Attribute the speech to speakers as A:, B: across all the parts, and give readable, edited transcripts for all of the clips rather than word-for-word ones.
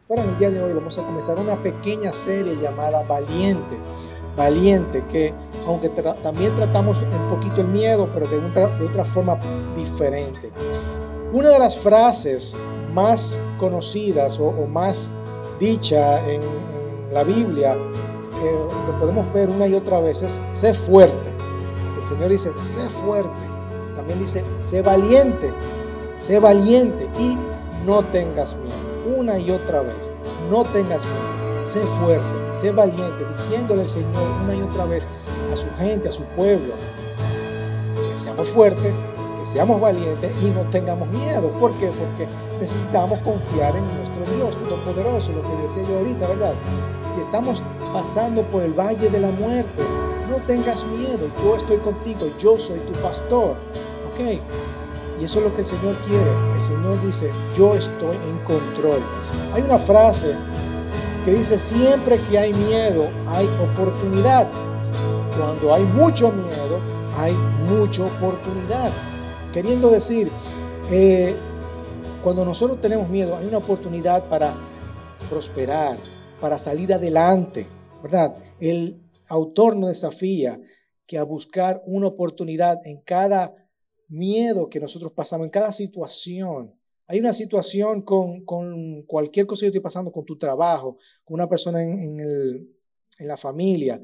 A: Bueno, en el día de hoy vamos a comenzar una pequeña serie llamada Valiente. Valiente, que aunque también tratamos un poquito el miedo, pero de otra forma diferente. Una de las frases más conocidas o más dicha en la Biblia, que podemos ver una y otra vez, es sé fuerte. El Señor dice, sé fuerte. También dice, sé valiente y no tengas miedo. Una y otra vez, no tengas miedo, sé fuerte, sé valiente, diciéndole al Señor una y otra vez a su gente, a su pueblo, que seamos fuertes, que seamos valientes y no tengamos miedo. ¿Por qué? Porque necesitamos confiar en nuestro Dios Todopoderoso, lo que decía yo ahorita, ¿verdad? Si estamos pasando por el valle de la muerte, no tengas miedo, yo estoy contigo, yo soy tu pastor, ¿ok? Y eso es lo que el Señor quiere. El Señor dice, yo estoy en control. Hay una frase que dice, siempre que hay miedo, hay oportunidad. Cuando hay mucho miedo, hay mucha oportunidad. Queriendo decir, cuando nosotros tenemos miedo, hay una oportunidad para prosperar, para salir adelante, ¿verdad? El autor nos desafía que a buscar una oportunidad en cada miedo que nosotros pasamos, en cada situación. Hay una situación con cualquier cosa que esté pasando, con tu trabajo, con una persona en la familia.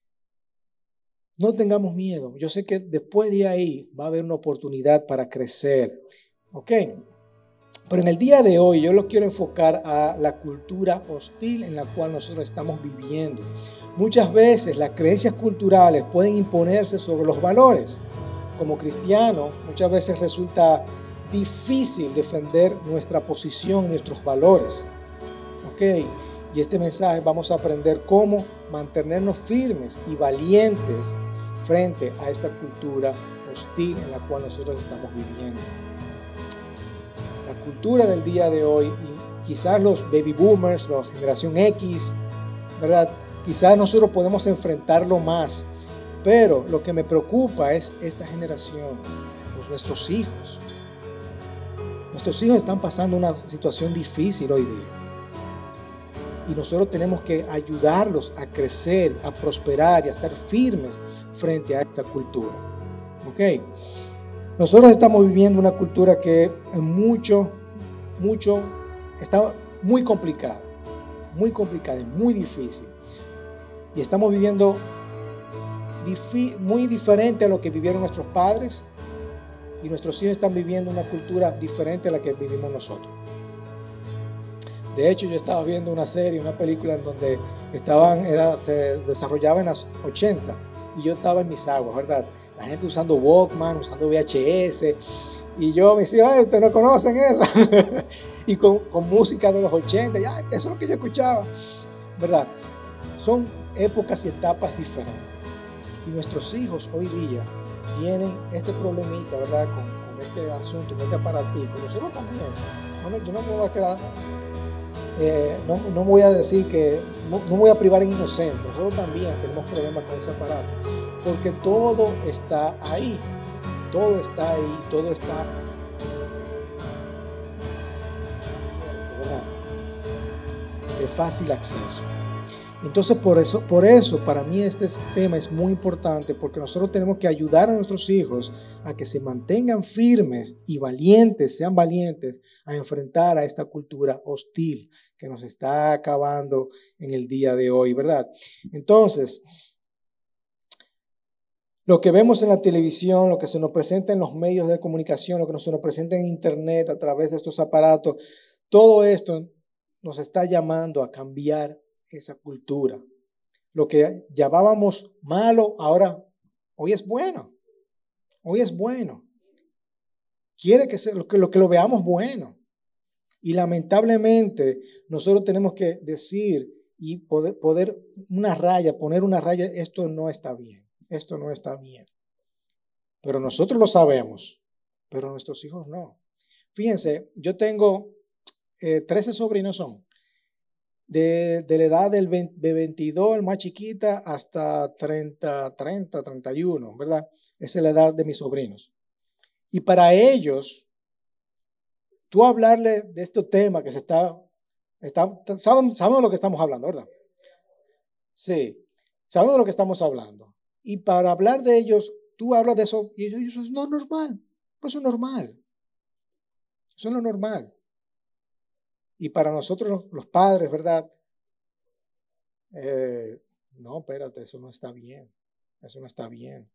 A: No tengamos miedo. Yo sé que después de ahí va a haber una oportunidad para crecer. ¿Ok? Pero en el día de hoy yo lo quiero enfocar a la cultura hostil en la cual nosotros estamos viviendo. Muchas veces las creencias culturales pueden imponerse sobre los valores. Como cristiano, muchas veces resulta difícil defender nuestra posición, nuestros valores. ¿Ok? Y este mensaje vamos a aprender cómo mantenernos firmes y valientes frente a esta cultura hostil en la cual nosotros estamos viviendo. La cultura del día de hoy, y quizás los baby boomers, la generación X, ¿verdad? Quizás nosotros podemos enfrentarlo más, pero lo que me preocupa es esta generación, nuestros hijos. Nuestros hijos están pasando una situación difícil hoy día. Y nosotros tenemos que ayudarlos a crecer, a prosperar y a estar firmes frente a esta cultura. ¿Ok? Nosotros estamos viviendo una cultura que está muy complicada, es muy difícil. Y estamos viviendo muy diferente a lo que vivieron nuestros padres, y nuestros hijos están viviendo una cultura diferente a la que vivimos nosotros. De hecho, yo estaba viendo una película en donde se desarrollaba en los 80 y yo estaba en mis aguas, ¿verdad? La gente usando Walkman, usando VHS, y yo me decía, ay, ustedes no conocen eso. Y con música de los 80, ya, eso es lo que yo escuchaba, ¿verdad? Son épocas y etapas diferentes. Y nuestros hijos hoy día tienen este problemita, ¿verdad? Con este asunto, con este aparatico. Nosotros también. Bueno, yo no me voy a quedar, no voy a decir que, no voy a privar en inocente. Nosotros también tenemos problemas con ese aparato. Porque todo está ahí. Todo está ahí, todo está, ¿verdad? De fácil acceso. Entonces, por eso, para mí este tema es muy importante, porque nosotros tenemos que ayudar a nuestros hijos a que se mantengan firmes y valientes, sean valientes a enfrentar a esta cultura hostil que nos está acabando en el día de hoy, ¿verdad? Entonces, lo que vemos en la televisión, lo que se nos presenta en los medios de comunicación, lo que se nos presenta en internet a través de estos aparatos, todo esto nos está llamando a cambiar esa cultura. Lo que llamábamos malo, hoy es bueno. Hoy es bueno. Quiere que lo veamos bueno. Y lamentablemente nosotros tenemos que decir y poner una raya, esto no está bien. Esto no está bien. Pero nosotros lo sabemos, pero nuestros hijos no. Fíjense, yo tengo 13 sobrinos de la edad de 22, el más chiquita, hasta 31, ¿verdad? Esa es la edad de mis sobrinos. Y para ellos, tú hablarle de este tema que se está Sabemos de lo que estamos hablando, ¿verdad? Sí, sabemos de lo que estamos hablando. Y para hablar de ellos, tú hablas de eso y eso no es normal. Pues eso es normal. Eso es lo normal. Y para nosotros los padres, ¿verdad? No, espérate, eso no está bien. Eso no está bien.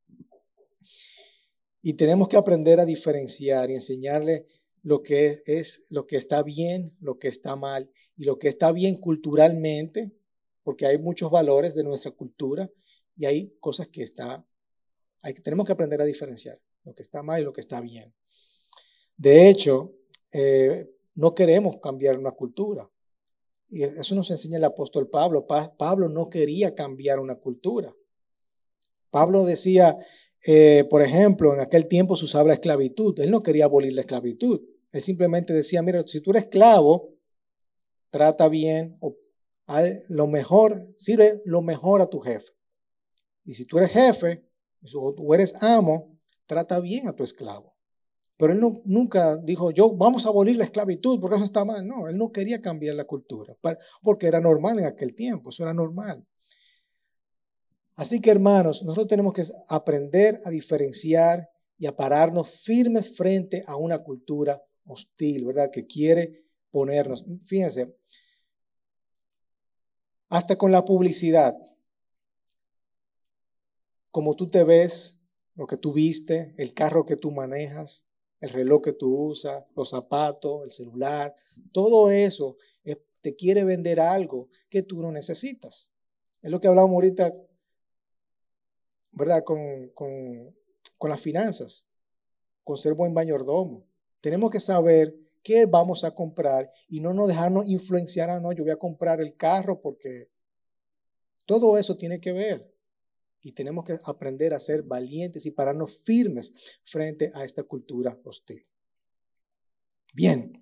A: Y tenemos que aprender a diferenciar y enseñarle lo que es lo que está bien, lo que está mal y lo que está bien culturalmente, porque hay muchos valores de nuestra cultura y hay cosas que tenemos que aprender a diferenciar lo que está mal y lo que está bien. De hecho, no queremos cambiar una cultura. Y eso nos enseña el apóstol Pablo. Pablo no quería cambiar una cultura. Pablo decía, por ejemplo, en aquel tiempo se usaba la esclavitud. Él no quería abolir la esclavitud. Él simplemente decía, mira, si tú eres esclavo, trata bien, o lo mejor, sirve lo mejor a tu jefe. Y si tú eres jefe, o tú eres amo, trata bien a tu esclavo. Pero él nunca dijo, vamos a abolir la esclavitud porque eso está mal. No, él no quería cambiar la cultura, porque era normal en aquel tiempo, eso era normal. Así que, hermanos, nosotros tenemos que aprender a diferenciar y a pararnos firmes frente a una cultura hostil, ¿verdad? Que quiere ponernos, fíjense, hasta con la publicidad, como tú te ves, lo que tú viste, el carro que tú manejas, el reloj que tú usas, los zapatos, el celular, todo eso te quiere vender algo que tú no necesitas. Es lo que hablábamos ahorita, ¿verdad? Con las finanzas, con ser buen mayordomo. Tenemos que saber qué vamos a comprar y no nos dejarnos influenciar. No, yo voy a comprar el carro porque todo eso tiene que ver. Y tenemos que aprender a ser valientes y pararnos firmes frente a esta cultura hostil. Bien.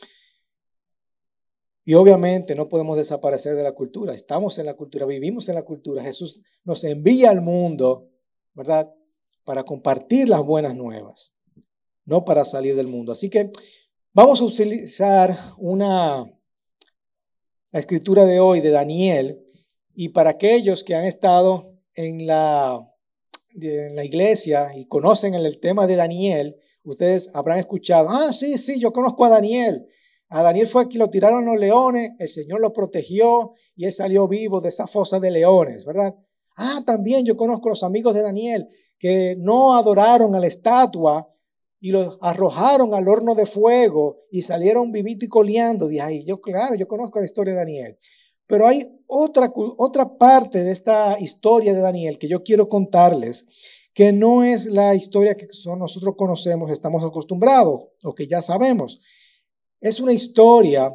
A: Y obviamente no podemos desaparecer de la cultura. Estamos en la cultura, vivimos en la cultura. Jesús nos envía al mundo, ¿verdad? Para compartir las buenas nuevas, no para salir del mundo. Así que vamos a utilizar la escritura de hoy de Daniel. Y para aquellos que han estado en la iglesia y conocen el tema de Daniel, ustedes habrán escuchado, sí, yo conozco a Daniel. A Daniel fue quien lo tiraron los leones, el Señor lo protegió y él salió vivo de esa fosa de leones, ¿verdad? También yo conozco a los amigos de Daniel que no adoraron a la estatua y los arrojaron al horno de fuego y salieron vivitos y coleando. Dije, yo conozco la historia de Daniel. Pero hay otra parte de esta historia de Daniel que yo quiero contarles, que no es la historia que nosotros conocemos, estamos acostumbrados o que ya sabemos. Es una historia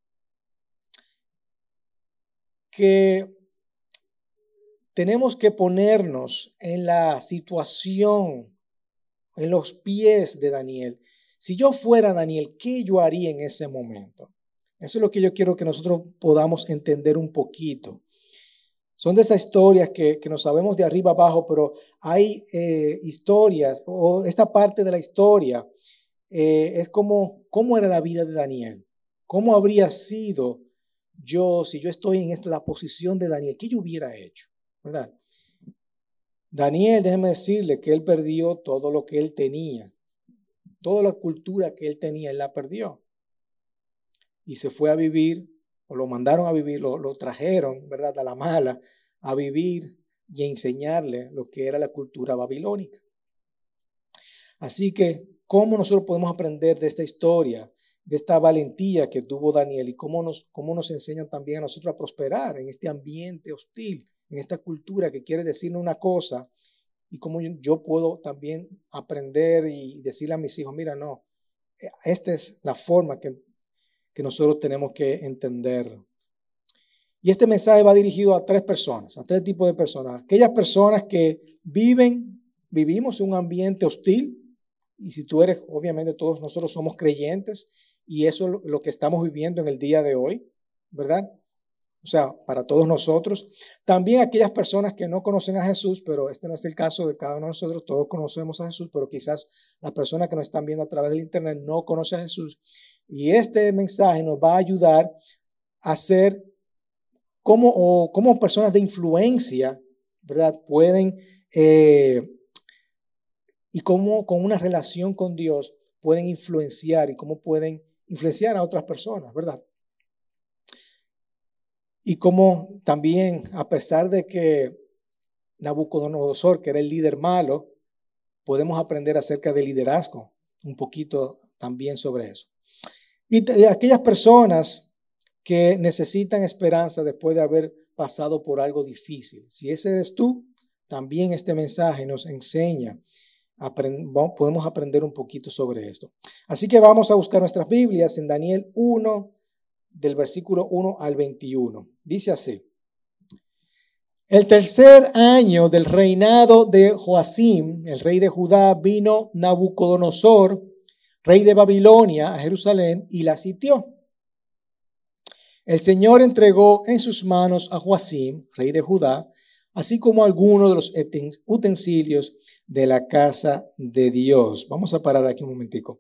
A: que tenemos que ponernos en la situación, en los pies de Daniel. Si yo fuera Daniel, ¿qué yo haría en ese momento? Eso es lo que yo quiero que nosotros podamos entender un poquito. Son de esas historias que nos sabemos de arriba abajo, pero hay historias, o esta parte de la historia es como cómo era la vida de Daniel. ¿Cómo habría sido yo si yo estoy en la posición de Daniel? ¿Qué yo hubiera hecho? ¿Verdad? Daniel, déjeme decirle que él perdió todo lo que él tenía. Toda la cultura que él tenía, él la perdió. Y se fue a vivir, o lo mandaron a vivir, lo trajeron, ¿verdad? A la mala, a vivir y a enseñarle lo que era la cultura babilónica. Así que, ¿cómo nosotros podemos aprender de esta historia, de esta valentía que tuvo Daniel y cómo nos enseñan también a nosotros a prosperar en este ambiente hostil, en esta cultura que quiere decirnos una cosa y cómo yo puedo también aprender y decirle a mis hijos, mira, no, esta es la forma que nosotros tenemos que entenderlo. Y este mensaje va dirigido a tres personas, a tres tipos de personas. Aquellas personas que vivimos en un ambiente hostil, y si tú eres, obviamente todos nosotros somos creyentes, y eso es lo que estamos viviendo en el día de hoy, ¿verdad? O sea, para todos nosotros. También aquellas personas que no conocen a Jesús, pero este no es el caso de cada uno de nosotros, todos conocemos a Jesús, pero quizás las personas que nos están viendo a través del internet no conocen a Jesús. Y este mensaje nos va a ayudar a ser como personas de influencia, ¿verdad? Pueden, y cómo con una relación con Dios pueden influenciar y cómo pueden influenciar a otras personas, ¿verdad? Y cómo también, a pesar de que Nabucodonosor, que era el líder malo, podemos aprender acerca del liderazgo, un poquito también sobre eso. Y aquellas personas que necesitan esperanza después de haber pasado por algo difícil. Si ese eres tú, también este mensaje nos enseña, podemos aprender un poquito sobre esto. Así que vamos a buscar nuestras Biblias en Daniel 1, del versículo 1 al 21. Dice así: el tercer año del reinado de Joacim, el rey de Judá, vino Nabucodonosor, rey de Babilonia, a Jerusalén y la sitió. El Señor entregó en sus manos a Joacim, rey de Judá, así como algunos de los utensilios de la casa de Dios. Vamos a parar aquí un momentico.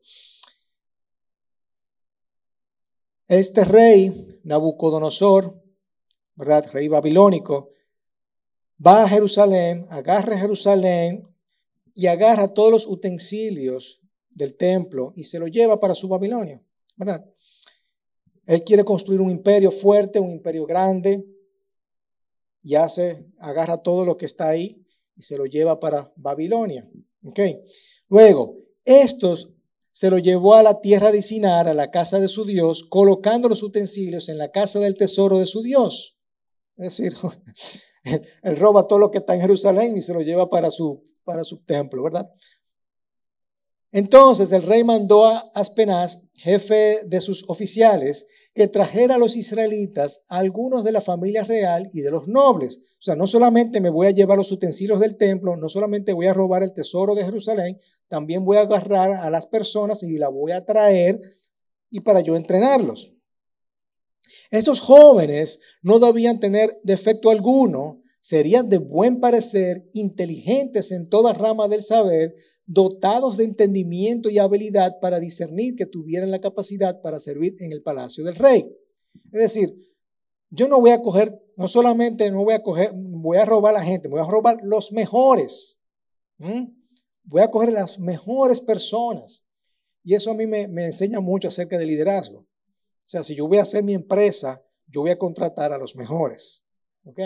A: Este rey, Nabucodonosor, ¿verdad? Rey babilónico, va a Jerusalén, agarra Jerusalén y agarra todos los utensilios del templo y se lo lleva para su Babilonia, ¿verdad? Él quiere construir un imperio fuerte, un imperio grande, y agarra todo lo que está ahí y se lo lleva para Babilonia. ¿Okay? Luego, estos se lo llevó a la tierra de Sinar, a la casa de su Dios, colocando los utensilios en la casa del tesoro de su Dios. Es decir, él roba todo lo que está en Jerusalén y se lo lleva para su templo, ¿verdad? Entonces el rey mandó a Aspenaz, jefe de sus oficiales, que trajera a los israelitas, a algunos de la familia real y de los nobles. O sea, no solamente me voy a llevar los utensilios del templo, no solamente voy a robar el tesoro de Jerusalén, también voy a agarrar a las personas y las voy a traer y para yo entrenarlos. Estos jóvenes no debían tener defecto alguno, serían de buen parecer, inteligentes en toda rama del saber, dotados de entendimiento y habilidad para discernir, que tuvieran la capacidad para servir en el palacio del rey. Es decir, yo no voy a coger, no solamente no voy a coger, voy a robar a la gente, voy a robar los mejores. Voy a coger las mejores personas. Y eso a mí me enseña mucho acerca del liderazgo. O sea, si yo voy a hacer mi empresa, yo voy a contratar a los mejores. ¿Ok?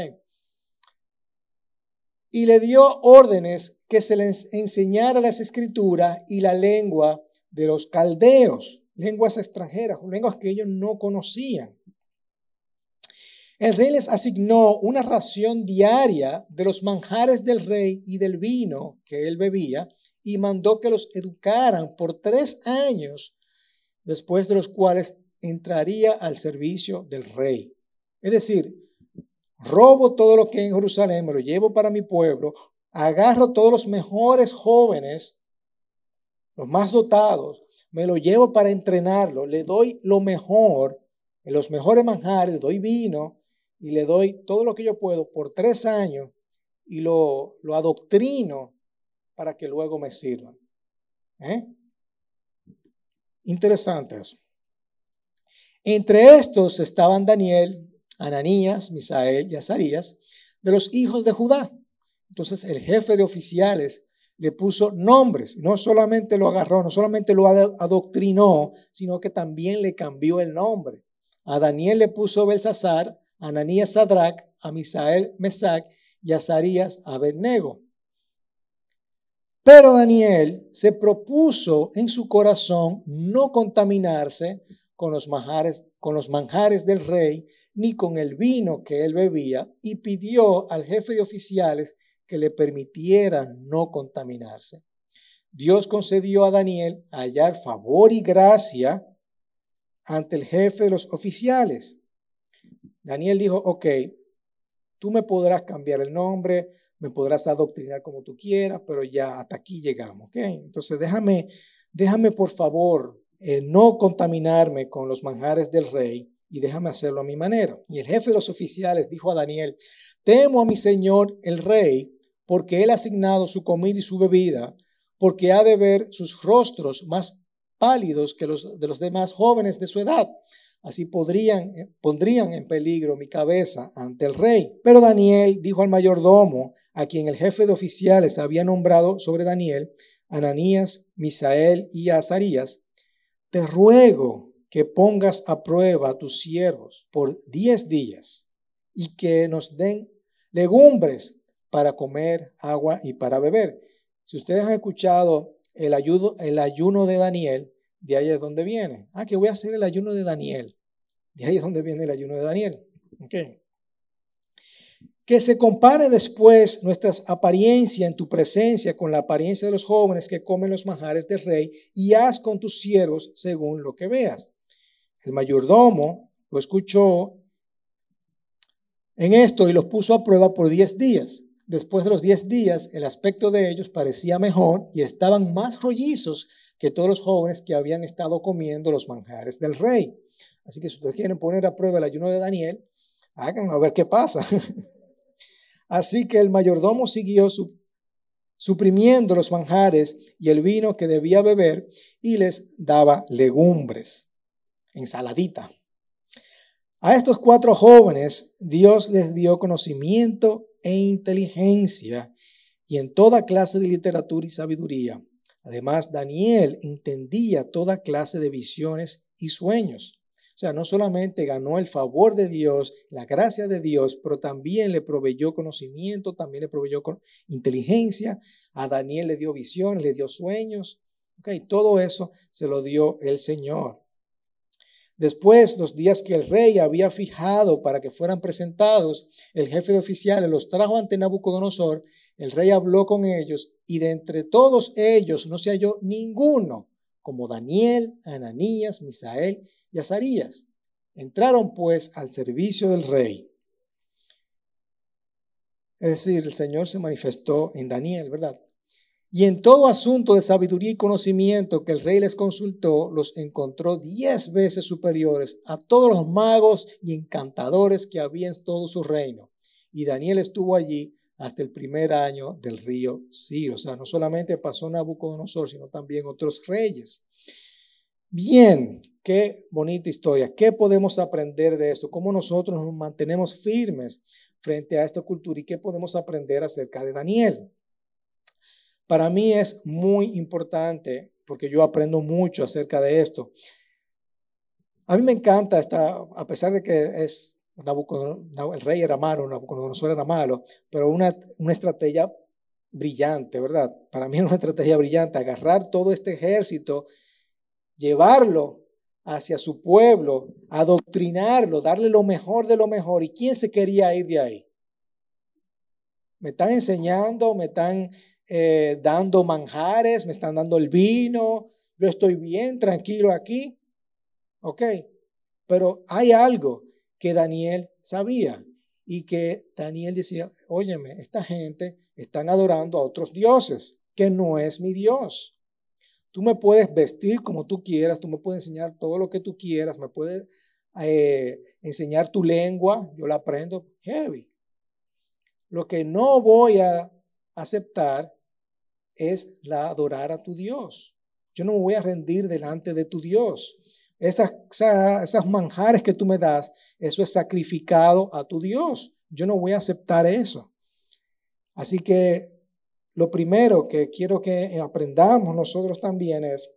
A: Y le dio órdenes que se les enseñara las escrituras y la lengua de los caldeos, lenguas extranjeras, lenguas que ellos no conocían. El rey les asignó una ración diaria de los manjares del rey y del vino que él bebía y mandó que los educaran por 3 años, después de los cuales entraría al servicio del rey. Es decir, robo todo lo que hay en Jerusalén, me lo llevo para mi pueblo, agarro todos los mejores jóvenes, los más dotados, me lo llevo para entrenarlo, le doy lo mejor, los mejores manjares, le doy vino y le doy todo lo que yo puedo por 3 años y lo adoctrino para que luego me sirvan. Interesante eso. Entre estos estaban Daniel, Ananías, Misael y Azarías, de los hijos de Judá. Entonces el jefe de oficiales le puso nombres. No solamente lo agarró, no solamente lo adoctrinó, sino que también le cambió el nombre. A Daniel le puso Belsasar, a Ananías Sadrac, a Misael Mesac y a Azarías Abednego. Pero Daniel se propuso en su corazón no contaminarse con los manjares del rey, ni con el vino que él bebía, y pidió al jefe de oficiales que le permitiera no contaminarse. Dios concedió a Daniel hallar favor y gracia ante el jefe de los oficiales. Daniel dijo, ok, tú me podrás cambiar el nombre, me podrás adoctrinar como tú quieras, pero ya hasta aquí llegamos, ¿ok? Entonces déjame por favor no contaminarme con los manjares del rey y déjame hacerlo a mi manera. Y el jefe de los oficiales dijo a Daniel, temo a mi señor el rey, porque él ha asignado su comida y su bebida, porque ha de ver sus rostros más pálidos que los de los demás jóvenes de su edad. Así pondrían en peligro mi cabeza ante el rey. Pero Daniel dijo al mayordomo, a quien el jefe de oficiales había nombrado sobre Daniel, Ananías, Misael y Azarías, te ruego que pongas a prueba a tus siervos por 10 días y que nos den legumbres para comer, agua y para beber. Si ustedes han escuchado el ayuno de Daniel, de ahí es donde viene. Que voy a hacer el ayuno de Daniel. De ahí es donde viene el ayuno de Daniel. Okay. Que se compare después nuestra apariencia en tu presencia con la apariencia de los jóvenes que comen los manjares del rey y haz con tus siervos según lo que veas. El mayordomo lo escuchó en esto y los puso a prueba por 10 días. Después de los 10 días, el aspecto de ellos parecía mejor y estaban más rollizos que todos los jóvenes que habían estado comiendo los manjares del rey. Así que si ustedes quieren poner a prueba el ayuno de Daniel, háganlo a ver qué pasa. Así que el mayordomo siguió suprimiendo los manjares y el vino que debía beber y les daba legumbres, ensaladita. A estos 4 jóvenes Dios les dio conocimiento e inteligencia y en toda clase de literatura y sabiduría. Además, Daniel entendía toda clase de visiones y sueños. O sea, no solamente ganó el favor de Dios, la gracia de Dios, pero también le proveyó conocimiento, también le proveyó inteligencia. A Daniel le dio visiones, le dio sueños. Todo eso se lo dio el Señor. Después, los días que el rey había fijado para que fueran presentados, el jefe de oficiales los trajo ante Nabucodonosor. El rey habló con ellos y de entre todos ellos no se halló ninguno como Daniel, Ananías, Misael y Azarías. Entraron pues al servicio del rey. Es decir, el Señor se manifestó en Daniel, ¿verdad? Y en todo asunto de sabiduría y conocimiento que el rey les consultó, los encontró 10 veces superiores a todos los magos y encantadores que había en todo su reino. Y Daniel estuvo allí hasta el primer año del río Ciro. O sea, no solamente pasó Nabucodonosor, sino también otros reyes. Bien, qué bonita historia. ¿Qué podemos aprender de esto? ¿Cómo nosotros nos mantenemos firmes frente a esta cultura? ¿Y qué podemos aprender acerca de Daniel? Para mí es muy importante porque yo aprendo mucho acerca de esto. A mí me encanta a pesar de que el rey era malo, Nabucodonosor era malo, pero una estrategia brillante, ¿verdad? Para mí es una estrategia brillante, agarrar todo este ejército, llevarlo hacia su pueblo, adoctrinarlo, darle lo mejor de lo mejor. ¿Y quién se quería ir de ahí? Me están enseñando, me están dando manjares, me están dando el vino, yo estoy bien, tranquilo aquí. Ok, pero hay algo que Daniel sabía y que Daniel decía, óyeme, esta gente están adorando a otros dioses, que no es mi Dios. Tú me puedes vestir como tú quieras, tú me puedes enseñar todo lo que tú quieras, me puedes enseñar tu lengua, yo la aprendo heavy. Lo que no voy a aceptar es adorar a tu Dios. Yo no me voy a rendir delante de tu Dios. Esas manjares que tú me das, eso es sacrificado a tu Dios. Yo no voy a aceptar eso. Así que lo primero que quiero que aprendamos nosotros también es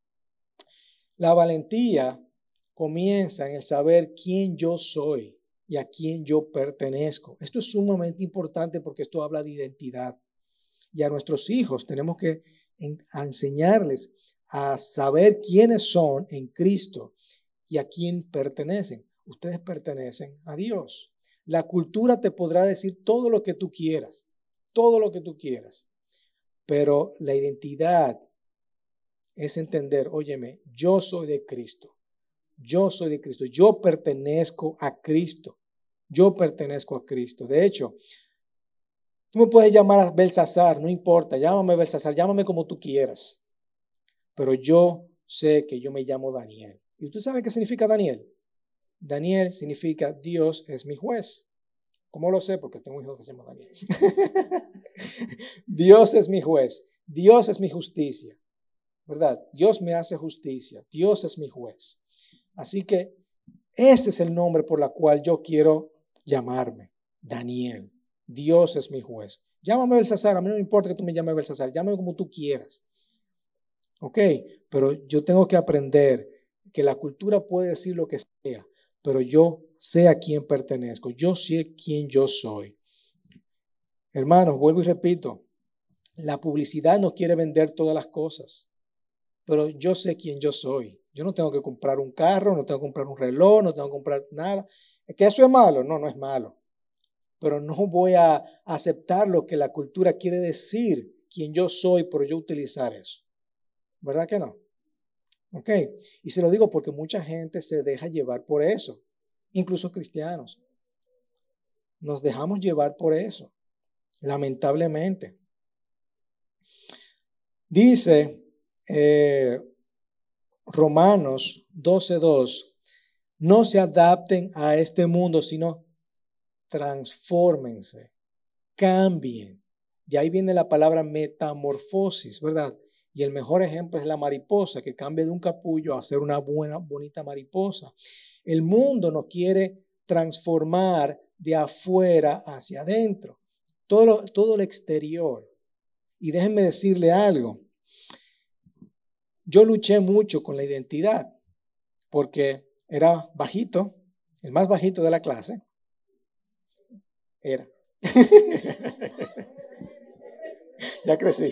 A: la valentía comienza en el saber quién yo soy y a quién yo pertenezco. Esto es sumamente importante porque esto habla de identidad. Y a nuestros hijos tenemos que enseñarles a saber quiénes son en Cristo y a quién pertenecen. Ustedes pertenecen a Dios. La cultura te podrá decir todo lo que tú quieras, pero la identidad es entender, óyeme, yo soy de Cristo, yo pertenezco a Cristo, De hecho, tú me puedes llamar a Belsasar, no importa, llámame Belsasar, llámame como tú quieras. Pero yo sé que yo me llamo Daniel. ¿Y tú sabes qué significa Daniel? Daniel significa Dios es mi juez. ¿Cómo lo sé? Porque tengo un hijo que se llama Daniel. Dios es mi juez. Dios es mi justicia. ¿Verdad? Dios me hace justicia. Dios es mi juez. Así que ese es el nombre por el cual yo quiero llamarme. Daniel. Dios es mi juez. Llámame Belsasar. A mí no me importa que tú me llames Belsasar. Llámame como tú quieras. Ok, pero yo tengo que aprender que la cultura puede decir lo que sea, pero yo sé a quién pertenezco, yo sé quién yo soy. Hermanos, vuelvo y repito, la publicidad no quiere vender todas las cosas, pero yo sé quién yo soy. Yo no tengo que comprar un carro, no tengo que comprar un reloj, no tengo que comprar nada. ¿Es que eso es malo? No, no es malo. Pero no voy a aceptar lo que la cultura quiere decir, quién yo soy, por yo utilizar eso. ¿Verdad que no? Ok, y se lo digo porque mucha gente se deja llevar por eso, incluso cristianos. Nos dejamos llevar por eso, lamentablemente. Dice Romanos 12:2, no se adapten a este mundo, sino transfórmense, cambien. De ahí viene la palabra metamorfosis, ¿verdad? Y el mejor ejemplo es la mariposa, que cambia de un capullo a ser una buena, bonita mariposa. El mundo nos quiere transformar de afuera hacia adentro, todo el exterior. Y déjenme decirle algo, yo luché mucho con la identidad, porque era bajito, el más bajito de la clase, era. Ya crecí.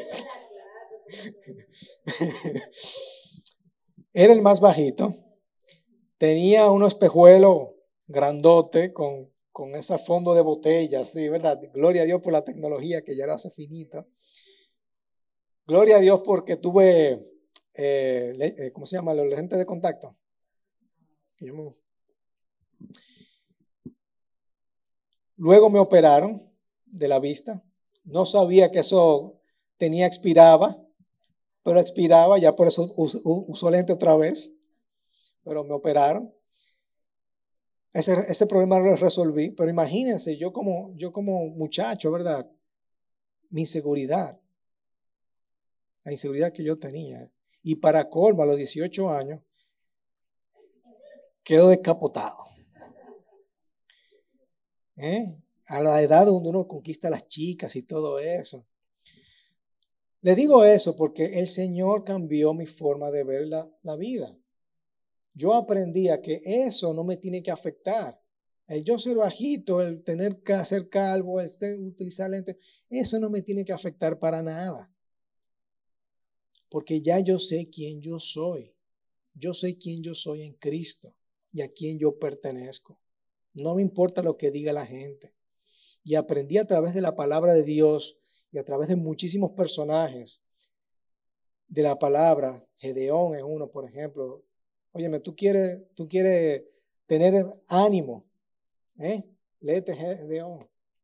A: Era el más bajito. Tenía unos espejuelos grandote con ese fondo de botella, sí, ¿verdad? Gloria a Dios por la tecnología que ya lo hace finita. Gloria a Dios porque tuve, ¿cómo se llama? Los lentes de contacto. Luego me operaron de la vista. No sabía que eso expiraba, pero expiraba, ya por eso usó lente otra vez. Pero me operaron. Ese problema lo resolví, pero imagínense, yo como muchacho, ¿verdad? Mi inseguridad, la inseguridad que yo tenía. Y para colmo, a los 18 años, quedo descapotado. A la edad donde uno conquista a las chicas y todo eso. Le digo eso porque el Señor cambió mi forma de ver la vida. Yo aprendí a que eso no me tiene que afectar. El yo ser bajito, el tener que ser calvo, el utilizar lentes, eso no me tiene que afectar para nada. Porque ya yo sé quién yo soy. Yo sé quién yo soy en Cristo y a quién yo pertenezco. No me importa lo que diga la gente. Y aprendí a través de la palabra de Dios y a través de muchísimos personajes de la palabra. Gedeón es uno, por ejemplo. Óyeme, tú quieres tener ánimo. Léete Gedeón.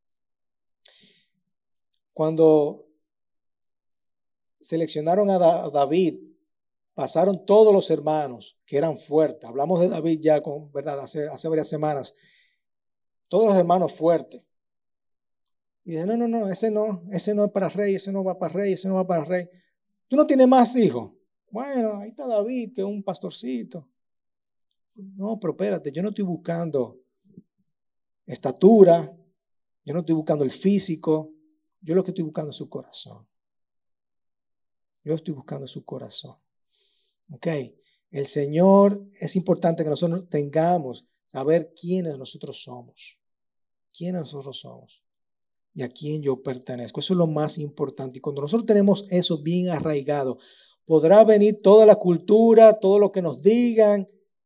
A: Cuando seleccionaron a David, pasaron todos los hermanos que eran fuertes. Hablamos de David ya ¿verdad? Hace varias semanas. Todos los hermanos fuertes. Y dice, no, ese no es para rey, ese no va para rey, ese no va para rey. ¿Tú no tienes más hijos? Bueno, ahí está David, que es un pastorcito. No, pero espérate, yo no estoy buscando estatura, yo no estoy buscando el físico, yo lo que estoy buscando es su corazón. Yo estoy buscando su corazón. Ok, el Señor, es importante que nosotros tengamos, saber quiénes nosotros somos. Quiénes nosotros somos y a quién yo pertenezco. Eso es lo más importante. Y cuando nosotros tenemos eso bien arraigado, podrá venir toda la cultura, todo lo que nos digan,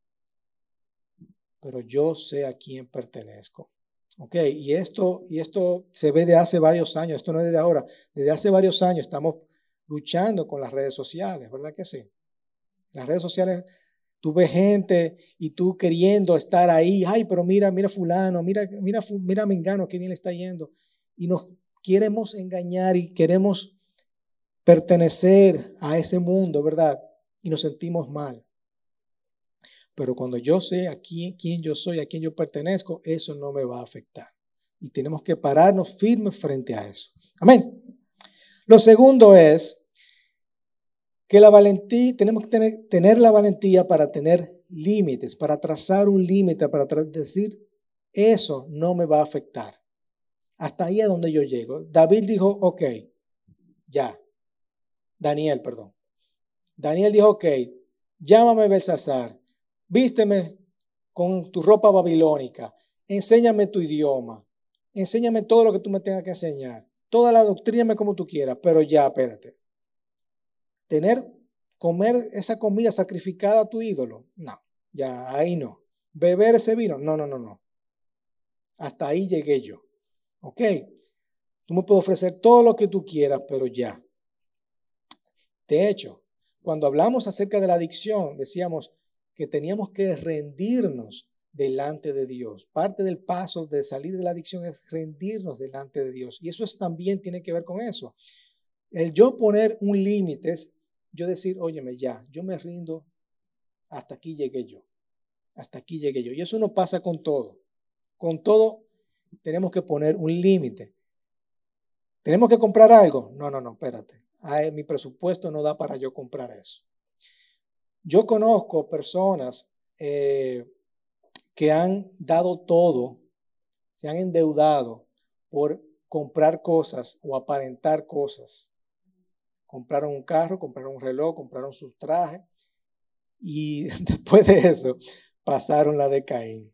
A: pero yo sé a quién pertenezco. Ok, y esto se ve de hace varios años, esto no es de ahora, desde hace varios años estamos luchando con las redes sociales, ¿verdad que sí? Las redes sociales, tú ves gente y tú queriendo estar ahí, ay, pero mira fulano, mira Mengano, qué bien le está yendo. Y nos queremos engañar y queremos pertenecer a ese mundo, ¿verdad? Y nos sentimos mal. Pero cuando yo sé quién yo soy, a quién yo pertenezco, eso no me va a afectar. Y tenemos que pararnos firmes frente a eso. Amén. Lo segundo es que la valentía, tenemos que tener la valentía para tener límites, para trazar un límite, para decir, eso no me va a afectar. Hasta ahí a donde yo llego. David dijo, ok, ya. Daniel dijo, ok, llámame Belsasar, vísteme con tu ropa babilónica, enséñame tu idioma, enséñame todo lo que tú me tengas que enseñar, toda la doctrina como tú quieras, pero ya, espérate. Comer esa comida sacrificada a tu ídolo, no, ya ahí no. Beber ese vino, no. Hasta ahí llegué yo. Ok, tú me puedes ofrecer todo lo que tú quieras, pero ya. De hecho, cuando hablamos acerca de la adicción, decíamos que teníamos que rendirnos delante de Dios. Parte del paso de salir de la adicción es rendirnos delante de Dios. Y eso también tiene que ver con eso. El yo poner un límite es yo decir, óyeme, ya, yo me rindo, hasta aquí llegué yo. Hasta aquí llegué yo. Y eso no pasa con todo. Con todo tenemos que poner un límite. ¿Tenemos que comprar algo? No, espérate. Mi presupuesto no da para yo comprar eso. Yo conozco personas que han dado todo, se han endeudado por comprar cosas o aparentar cosas. Compraron un carro, compraron un reloj, compraron sus trajes y después de eso pasaron la de Caín.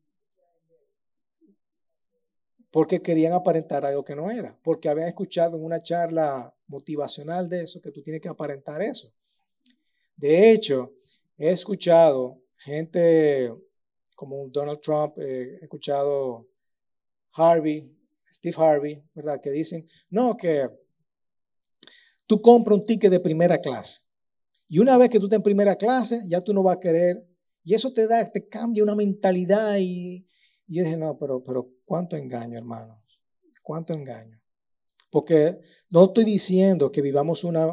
A: Porque querían aparentar algo que no era, porque habían escuchado en una charla motivacional de eso, que tú tienes que aparentar eso. De hecho, he escuchado gente como Donald Trump, he escuchado Steve Harvey, ¿verdad? Que dicen, no, que tú compras un ticket de primera clase y una vez que tú estás en primera clase, ya tú no vas a querer, y eso te cambia una mentalidad y yo dije, no, pero ¿cuánto engaño, hermano? ¿Cuánto engaño? Porque no estoy diciendo que vivamos una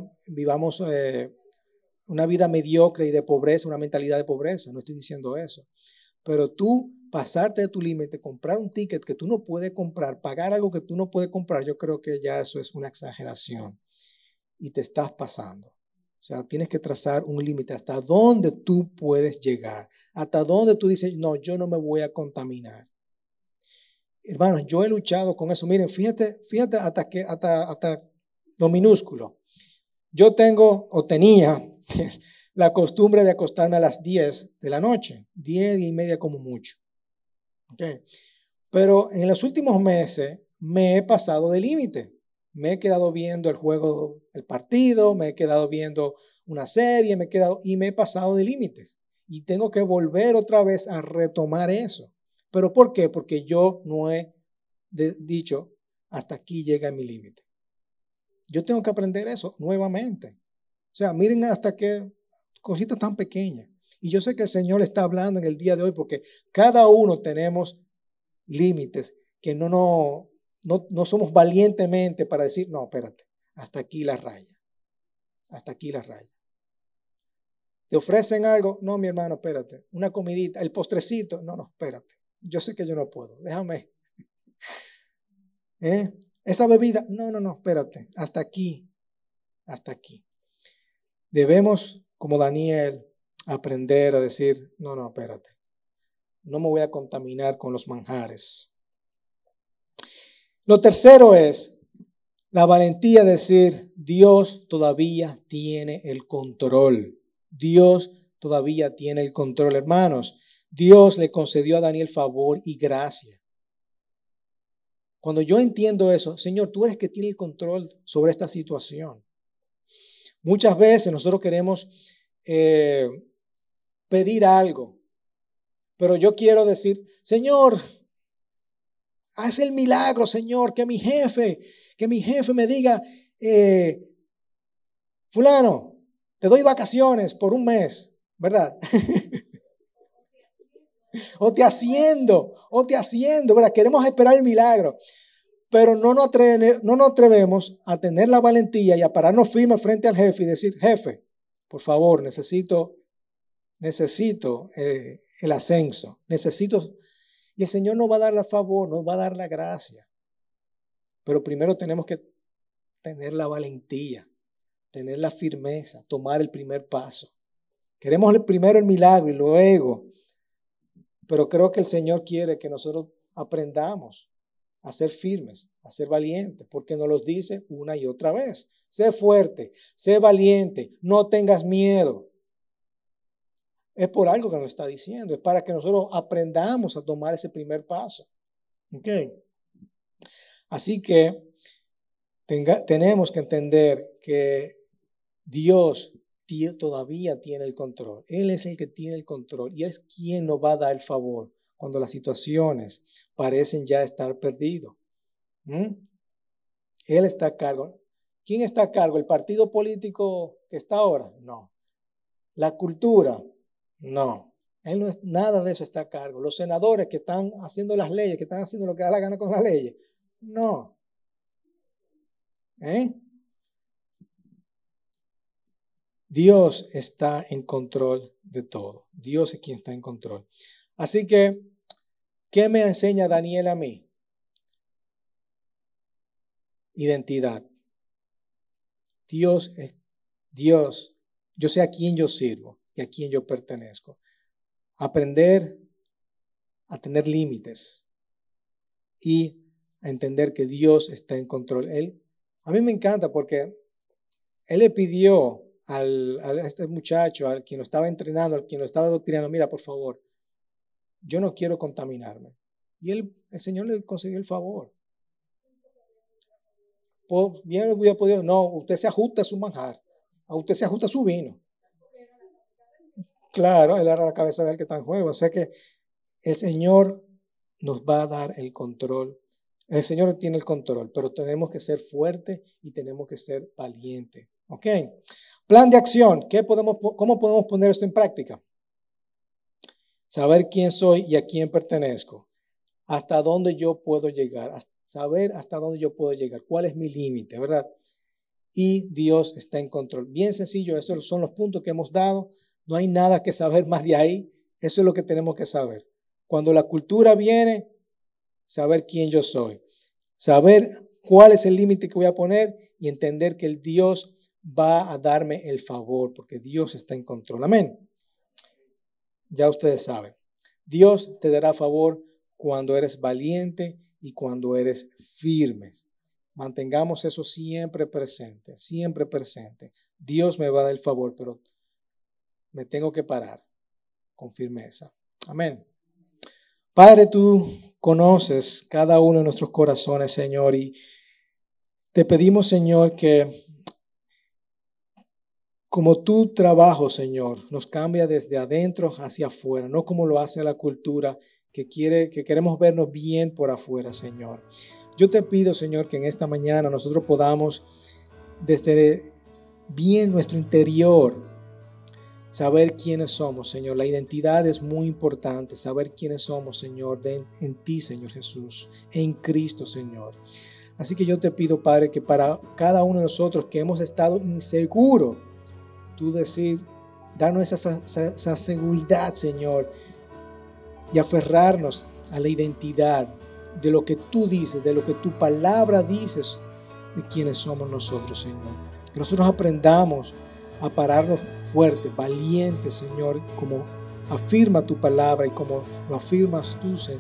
A: vida mediocre y de pobreza, una mentalidad de pobreza, no estoy diciendo eso. Pero tú pasarte de tu límite, comprar un ticket que tú no puedes comprar, pagar algo que tú no puedes comprar, yo creo que ya eso es una exageración y te estás pasando. O sea, tienes que trazar un límite hasta dónde tú puedes llegar, hasta dónde tú dices, no, yo no me voy a contaminar. Hermanos, yo he luchado con eso. Miren, fíjate hasta lo minúsculo. Yo tenía la costumbre de acostarme a las 10 de la noche, 10:30 como mucho. Okay. Pero en los últimos meses me he pasado de límite. Me he quedado viendo el partido, me he quedado viendo una serie, y me he pasado de límites. Y tengo que volver otra vez a retomar eso. ¿Pero por qué? Porque yo no he dicho, hasta aquí llega mi límite. Yo tengo que aprender eso nuevamente. O sea, miren hasta qué cositas tan pequeñas. Y yo sé que el Señor está hablando en el día de hoy porque cada uno tenemos límites que no somos valientemente para decir, no, espérate, hasta aquí la raya. Hasta aquí la raya. ¿Te ofrecen algo? No, mi hermano, espérate. Una comidita, el postrecito. No, espérate. Yo sé que yo no puedo. Déjame. Esa bebida. No, espérate. Hasta aquí. Hasta aquí. Debemos, como Daniel, aprender a decir, no, espérate. No me voy a contaminar con los manjares. Lo tercero es la valentía de decir, Dios todavía tiene el control. Dios todavía tiene el control, hermanos. Dios le concedió a Daniel favor y gracia. Cuando yo entiendo eso, Señor, tú eres que tiene el control sobre esta situación. Muchas veces nosotros queremos pedir algo, pero yo quiero decir, Señor, haz el milagro, Señor, que mi jefe me diga, fulano, te doy vacaciones por un mes, ¿verdad? o te haciendo, ¿verdad? Queremos esperar el milagro, pero no nos atrevemos a tener la valentía y a pararnos firmes frente al jefe y decir, jefe, por favor, necesito necesito el ascenso, y el Señor nos va a dar el favor, nos va a dar la gracia. Pero primero tenemos que tener la valentía, tener la firmeza, tomar el primer paso. Queremos primero el milagro y luego, pero creo que el Señor quiere que nosotros aprendamos a ser firmes, a ser valientes, porque nos los dice una y otra vez. Sé fuerte, sé valiente, no tengas miedo. Es por algo que nos está diciendo, es para que nosotros aprendamos a tomar ese primer paso. ¿Ok? Así que tenemos que entender que Dios todavía tiene el control. Él es el que tiene el control y es quien nos va a dar el favor cuando las situaciones parecen ya estar perdidas. Él está a cargo. ¿Quién está a cargo? ¿El partido político que está ahora? No. ¿La cultura? No. Él no es, nada de eso está a cargo. ¿Los senadores que están haciendo las leyes, que están haciendo lo que da la gana con las leyes? No. Dios está en control de todo. Dios es quien está en control. Así que, ¿qué me enseña Daniel a mí? Identidad. Dios es Dios. Yo sé a quién yo sirvo y a quién yo pertenezco. Aprender a tener límites y a entender que Dios está en control. A mí me encanta porque Él le pidió a este muchacho, al quien lo estaba entrenando, al quien lo estaba adoctrinando, mira, por favor, yo no quiero contaminarme. Y el Señor le concedió el favor. Bien hubiera podido, no, usted se ajusta a su manjar, a usted se ajusta a su vino. Claro, él era la cabeza del que está en juego. O sea que el Señor nos va a dar el control. El Señor tiene el control, pero tenemos que ser fuertes y tenemos que ser valientes. ¿Ok? Plan de acción. ¿Cómo podemos poner esto en práctica? Saber quién soy y a quién pertenezco. Hasta dónde yo puedo llegar. Saber hasta dónde yo puedo llegar. ¿Cuál es mi límite? ¿Verdad? Y Dios está en control. Bien sencillo. Esos son los puntos que hemos dado. No hay nada que saber más de ahí. Eso es lo que tenemos que saber. Cuando la cultura viene, saber quién yo soy. Saber cuál es el límite que voy a poner y entender que el Dios va a darme el favor porque Dios está en control. Amén. Ya ustedes saben. Dios te dará favor cuando eres valiente y cuando eres firme. Mantengamos eso siempre presente, siempre presente. Dios me va a dar el favor, pero me tengo que parar con firmeza. Amén. Padre, tú conoces cada uno de nuestros corazones, Señor, y te pedimos, Señor, que como tu trabajo, Señor, nos cambia desde adentro hacia afuera, no como lo hace la cultura que queremos vernos bien por afuera, Señor. Yo te pido, Señor, que en esta mañana nosotros podamos desde bien nuestro interior saber quiénes somos, Señor. La identidad es muy importante, saber quiénes somos, Señor, en ti, Señor Jesús, en Cristo, Señor. Así que yo te pido, Padre, que para cada uno de nosotros que hemos estado inseguros, tú decir, darnos esa seguridad, Señor, y aferrarnos a la identidad de lo que tú dices, de lo que tu palabra dices, de quiénes somos nosotros, Señor. Que nosotros aprendamos a pararnos fuertes, valientes, Señor, como afirma tu palabra y como lo afirmas tú, Señor.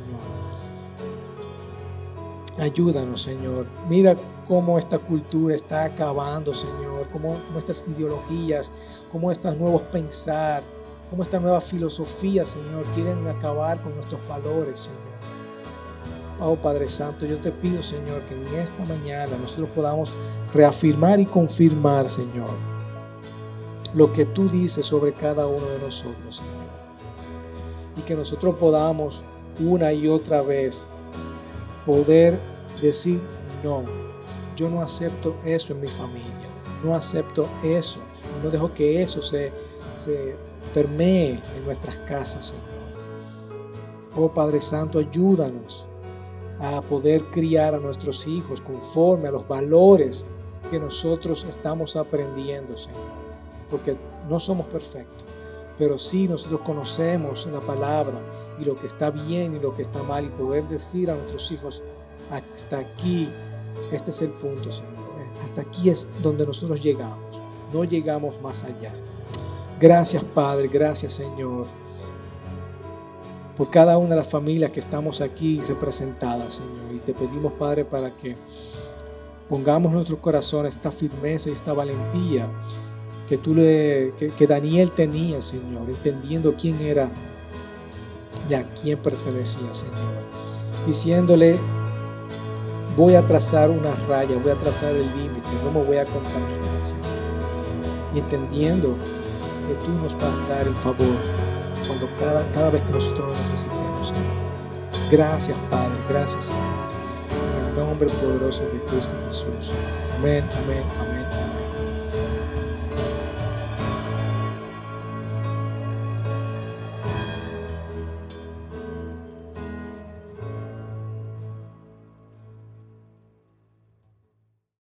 A: Ayúdanos, Señor. Mira cómo esta cultura está acabando, Señor, cómo estas ideologías, cómo estos nuevos pensar, cómo esta nueva filosofía, Señor, quieren acabar con nuestros valores, Señor. Oh Padre Santo, yo te pido, Señor, que en esta mañana nosotros podamos reafirmar y confirmar, Señor, lo que tú dices sobre cada uno de nosotros, Señor. Y que nosotros podamos una y otra vez poder decir, no, yo no acepto eso en mi familia, no acepto eso, no dejo que eso se permee en nuestras casas, Señor. Oh Padre Santo, ayúdanos a poder criar a nuestros hijos conforme a los valores que nosotros estamos aprendiendo, Señor, porque no somos perfectos, pero sí nosotros conocemos la palabra y lo que está bien y lo que está mal, y poder decir a nuestros hijos, hasta aquí, este es el punto, Señor, hasta aquí es donde nosotros llegamos, no llegamos más allá. Gracias, Padre, gracias, Señor, por cada una de las familias que estamos aquí representadas, Señor, y te pedimos, Padre, para que pongamos en nuestros corazones esta firmeza y esta valentía que Daniel tenía, Señor, entendiendo quién era y a quién pertenecía, Señor, diciéndole, voy a trazar una raya, voy a trazar el límite, no me voy a contaminar, Señor, y entendiendo que tú nos vas a dar el favor cuando cada vez que nosotros lo necesitemos, Señor. Gracias, Padre, gracias, Señor, en el nombre poderoso de Cristo Jesús. Amén, amén, amén.